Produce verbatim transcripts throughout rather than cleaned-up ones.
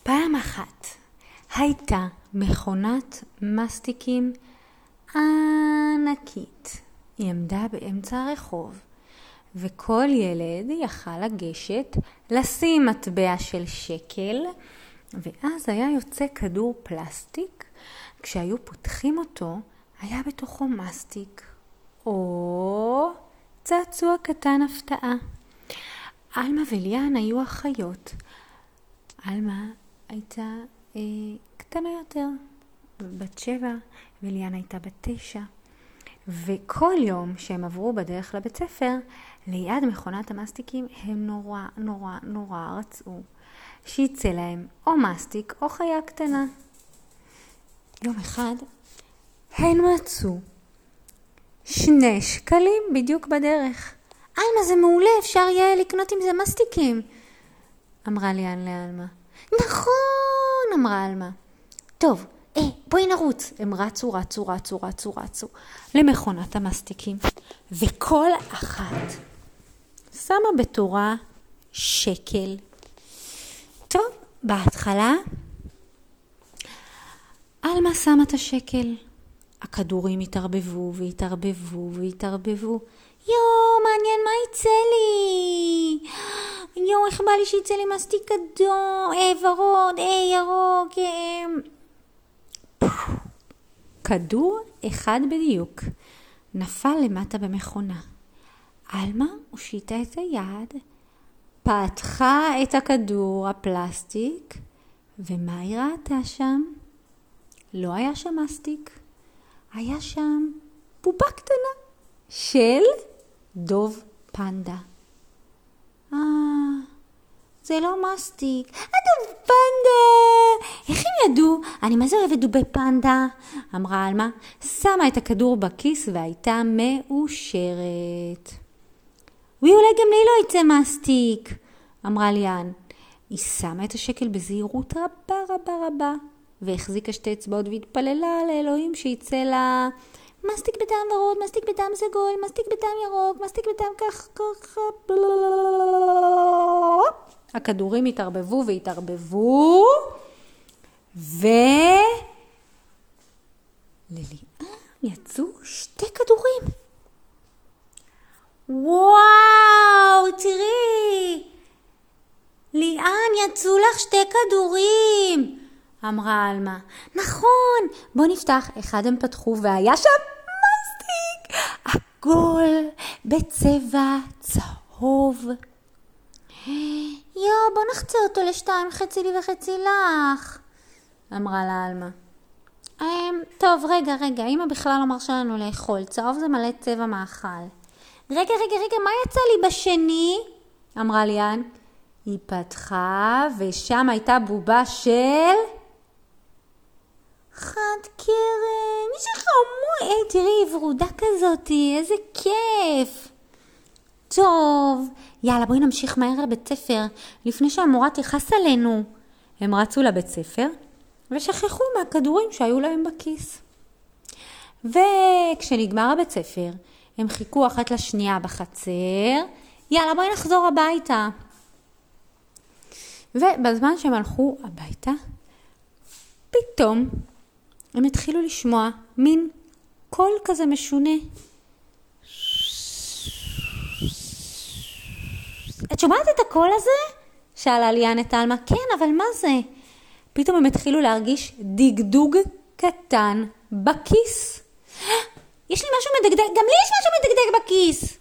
פעם אחת הייתה מכונת מסטיקים ענקית. היא עמדה באמצע הרחוב, וכל ילד יכל לגשת לשים מטבע של שקל, ואז היה יוצא כדור פלסטיק. כשהיו פותחים אותו, היה בתוכו מסטיק או צעצוע קטן הפתעה. אלמה וליאן היו אחיות. אלמה הייתה אה, קטנה יותר, בת שבע, וליאן הייתה בת תשע. וכל יום שהם עברו בדרך לבית ספר, ליד מכונת המסטיקים, הם נורא נורא נורא רצו שיצא להם או מסטיק או חיה קטנה. יום אחד הן מצאו שני שקלים בדיוק בדרך. אלמה, זה מעולה, אפשר יהיה לקנות עם זה מסטיקים, אמרה ליאן לאלמה. נכון, אמרה אלמה. טוב, אה, בואי נרוץ. הם רצו, רצו, רצו, רצו, רצו למכונת המסטיקים, וכל אחת שמה בתורה שקל. טוב, בהתחלה אלמה שמה את השקל. הכדורים התערבבו והתערבבו והתערבבו. יו, מעניין מה יצא לי. יו, איך בא לי שיצא לי מסטיק אדום, אה, ורוד, אה, ירוק, אה. כדור אחד בדיוק נפל למטה במכונה. אלמה הושיטה את היד, פתחה את הכדור הפלסטיק, ומה היא ראתה שם? לא היה שם מסטיק, היה שם בובה קטנה של דוב פנדה. אה, זה לא מסטיק. הדוב פנדה! איך הם ידעו? אני מה זה אוהבת דובי פנדה? אמרה אלמה, שמה את הכדור בכיס והייתה מאושרת. ואולי גם לי לא יצא מסטיק, אמרה ליאן. היא שמה את השקל בזהירות רבה רבה רבה, והחזיקה שתי אצבעות והתפללה לאלוהים שיצא לה מסטיק בטעם ורוד, מסטיק בטעם סגול, מסטיק בטעם ירוק, מסטיק בטעם כך כך. הכדורים התערבבו והתערבבו, ולליאן יצאו שתי כדורים. וואו, תראי, ליאן, יצאו לך שתי כדורים, אמרה אלמה. נכון, בוא נפתח. אחד הם פתחו והיה שם מסטיק, הכל בצבע צהוב. יו, בוא נחצה אותו לשתיים, חצי לי וחצי לך, אמרה לה אלמה. טוב, רגע, רגע, אמא בכלל לא מרשה לנו לאכול, צהוב זה מלא צבע מאכל. רגע, רגע, רגע, מה יצא לי בשני? אמרה ליאן. היא פתחה ושם הייתה בובה של חד קרן. איזה חמוד, היי, תראי, היא ורודה כזאת, איזה כיף. טוב, יאללה, בואי נמשיך מהר לבית ספר, לפני שהמורה תכעס עלינו. הם רצו לבית ספר ושכחו מהכדורים שהיו להם בכיס. וכשנגמר הבית ספר, הם חיכו אחת לשנייה בחצר. יאללה, בואי נחזור הביתה. ובזמן שהם הלכו הביתה, פתאום הם התחילו לשמוע מין קול כזה משונה. את שומעת את הקול הזה? שאלה ליאן את אלמה. כן, אבל מה זה? פתאום הם התחילו להרגיש דגדוג קטן בכיס. יש לי משהו מדגדג, גם לי יש משהו מדגדג בכיס.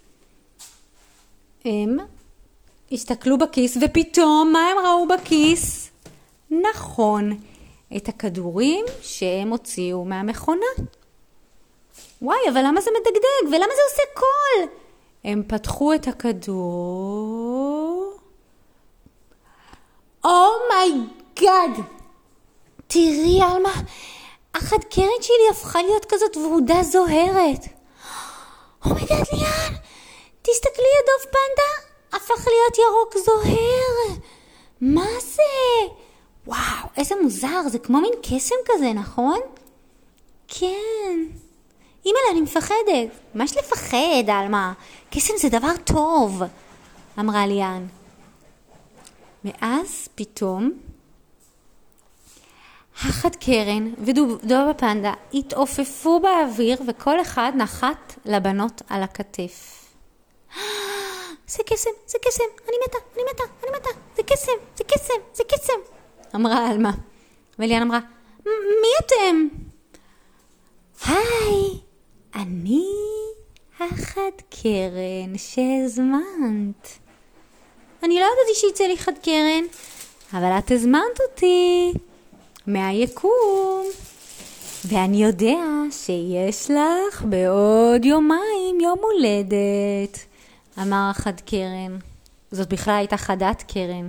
הם הסתכלו בכיס, ופתאום מה הם ראו בכיס? נכון, את הכדורים שהם הוציאו מהמכונה. וואי, אבל למה זה מדגדג? ולמה זה עושה קול? הם פתחו את הכדור. אומיי גאד! תראי, אלמה, החד קרן שלי הפכה להיות כזאת ורודה זוהרת. אומיי גאד, ליאן, תסתכלי, הדוב פנדה הפך להיות ירוק זוהר. מה זה? וואו, איזה מוזר, זה כמו מין קסם כזה, נכון? כן. אימא'לה, אני מפחדת. מה יש לפחד, אלמה? קסם זה דבר טוב, אמרה ליאן. ואז פתאום החד קרן ודובדוב הפנדה התעופפו באוויר וכל אחד נחת לבנות על הכתף. זה קסם, זה קסם, אני מתה, אני מתה, אני מתה, זה קסם, זה קסם, זה קסם, אמרה אלמה. וליאן אמרה, מי אתם? היי, אני החד קרן שהזמנת. אני לא ידעתי שיצא לי חד קרן, אבל את הזמנת אותי מהיקום. ואני יודע שיש לך בעוד יומיים יום הולדת, אמר החד קרן. זאת בכלל הייתה חדת קרן.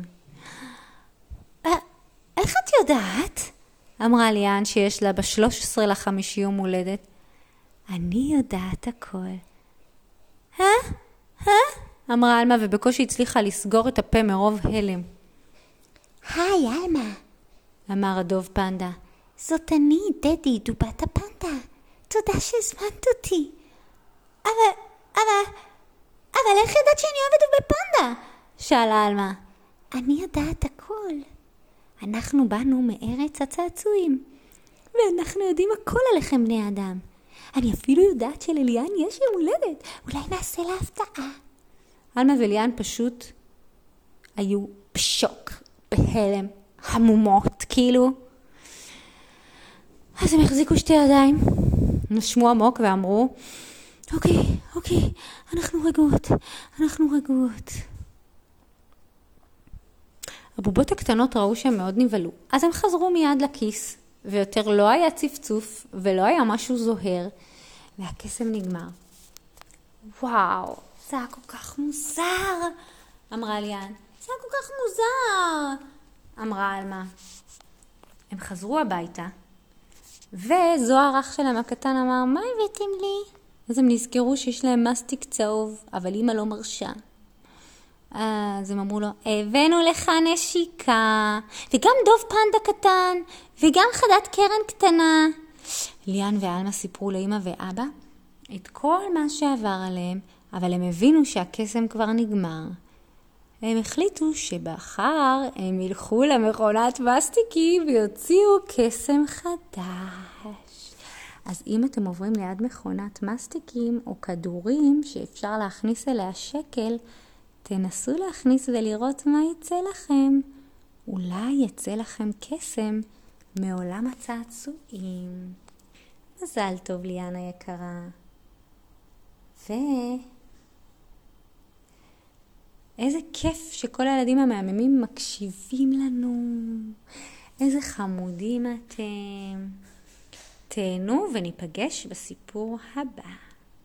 איך את יודעת? אמרה ליאן שיש לה ב-שלושה עשר לחמישי יום הולדת. אני יודעת הכל. אה? אה? אמרה אלמה ובקושי הצליחה לסגור את הפה מרוב הלם. היי אלמה, אמר הדוב פנדה. זאת אני, דדי, דובת הפנדה. תודה שהזמנת אותי. אבל, אבל, אבל איך ידעת שאני אוהבת דובי פנדה? שאלה אלמה. אני יודעת הכל. אנחנו באנו מארץ הצעצועים, ואנחנו יודעים הכל עליכם בני אדם. אני אפילו יודעת שלליאן יש יום הולדת. אולי נעשה לה הפתעה. אלמה וליאן פשוט היו בשוק, בהלם, המומות, כאילו. אז הם החזיקו שתי ידיים, נשמו עמוק ואמרו, אוקיי, אוקיי, אנחנו רגועות, אנחנו רגועות. הבובות הקטנות ראו שהם מאוד נבלו, אז הם חזרו מיד לכיס, ויותר לא היה צפצוף, ולא היה משהו זוהר, והקסם נגמר. וואו, זה היה כל כך מוזר, אמרה ליאן. זה היה כל כך מוזר, אמרה אלמה. הם חזרו הביתה, וזוהר אח שלהם הקטן אמר, מה הבאתם לי? אז הם נזכרו שיש להם מסטיק צהוב, אבל אמא לא מרשה. אז הם אמרו לו, הבאנו לך נשיקה, וגם דוב פנדה קטן, וגם חדת קרן קטנה. ליאן ואלמה סיפרו לאמא ואבא את כל מה שעבר עליהם, אבל הם הבינו שהקסם כבר נגמר. הם החליטו שבחר הם ילכו למכונת מסטיקי ויוציאו קסם חדש. אז אם אתם עוברים ליד מכונת מסטיקים או כדורים שאפשר להכניס אליה שקל, תנסו להכניס ולראות מה יצא לכם. אולי יצא לכם קסם מעולם הצעצועים. מזל טוב ליאן היקרה. ו... איזה כיף שכל הילדים המהממים מקשיבים לנו. איזה חמודים אתם. תהנו וניפגש בסיפור הבא.